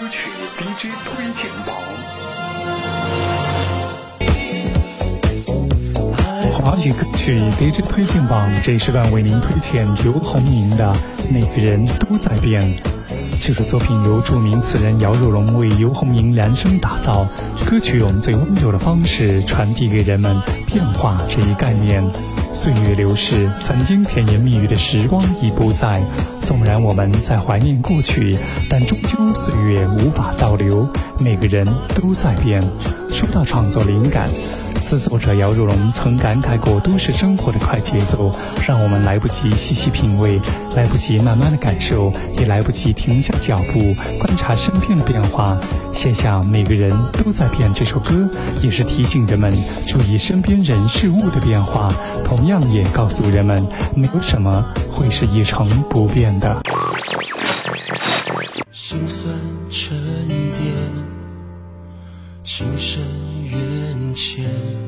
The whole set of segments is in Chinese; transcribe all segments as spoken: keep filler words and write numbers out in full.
曲 D J 推荐榜。 华语歌曲 D J 推荐榜这一时段为您推荐刘鸿明的《每个人都在变》。这首作品由著名词人姚若龙为刘鸿明量身打造，歌曲用最温柔的方式传递给人们变化这一概念。岁月流逝，曾经甜言蜜语的时光已不在。纵然我们在怀念过去，但终究岁月无法倒流，每个人都在变。说到创作灵感，词作者姚若龙曾感慨过都市生活的快节奏，让我们来不及细细品味，来不及慢慢的感受，也来不及停下脚步观察身边的变化。写下每个人都在变这首歌，也是提醒人们注意身边人事物的变化，同样也告诉人们没有什么会是一成不变的。 心酸沉淀，情深缘浅，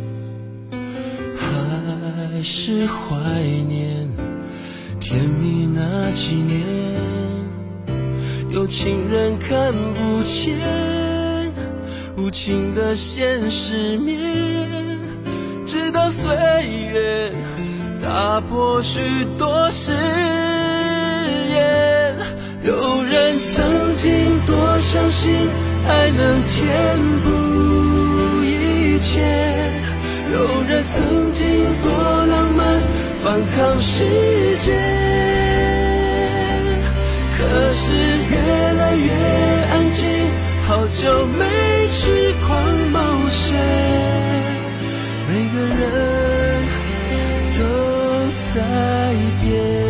还是怀念甜蜜那几年，有情人看不见无情的现实面，直到岁月打破许多誓言。有人曾经多相信爱能填补一切，有人曾经多浪漫反抗世界，可是越来越安静，好久没去狂冒险，每个人都在变。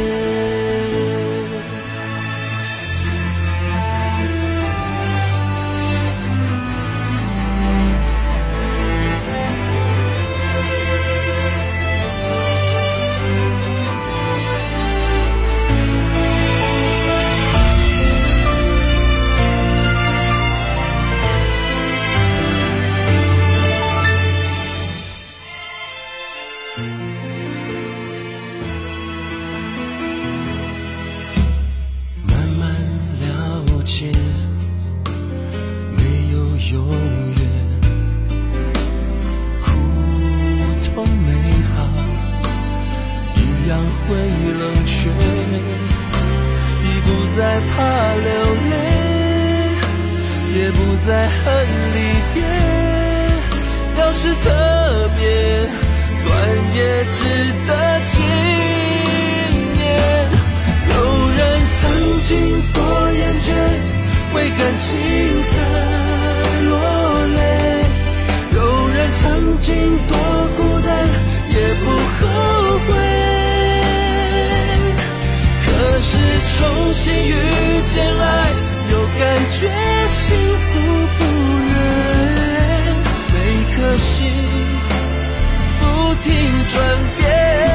慢慢了解，没有永远，苦痛美好一样会冷却，已不再怕流泪，也不再恨离别，要是特别短也值得纪念。有人曾经多厌倦，为感情在落泪，有人曾经多孤单，也不后悔，可是重新遇见爱，又感觉幸福不远，每颗心不停转变。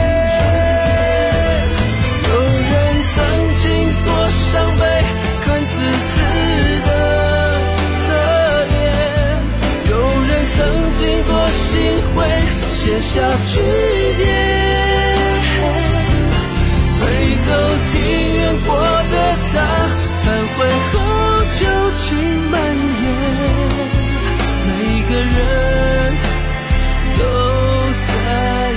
有人曾经多伤悲，看自私的侧脸，有人曾经多心灰，写下句点，最后庭院过的他，才会后旧情蔓延，每个人都在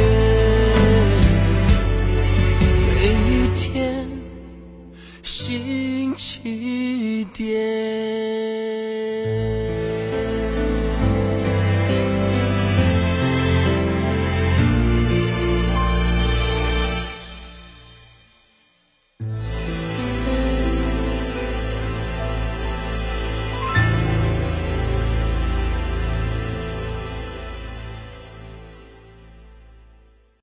变，每一天新起点。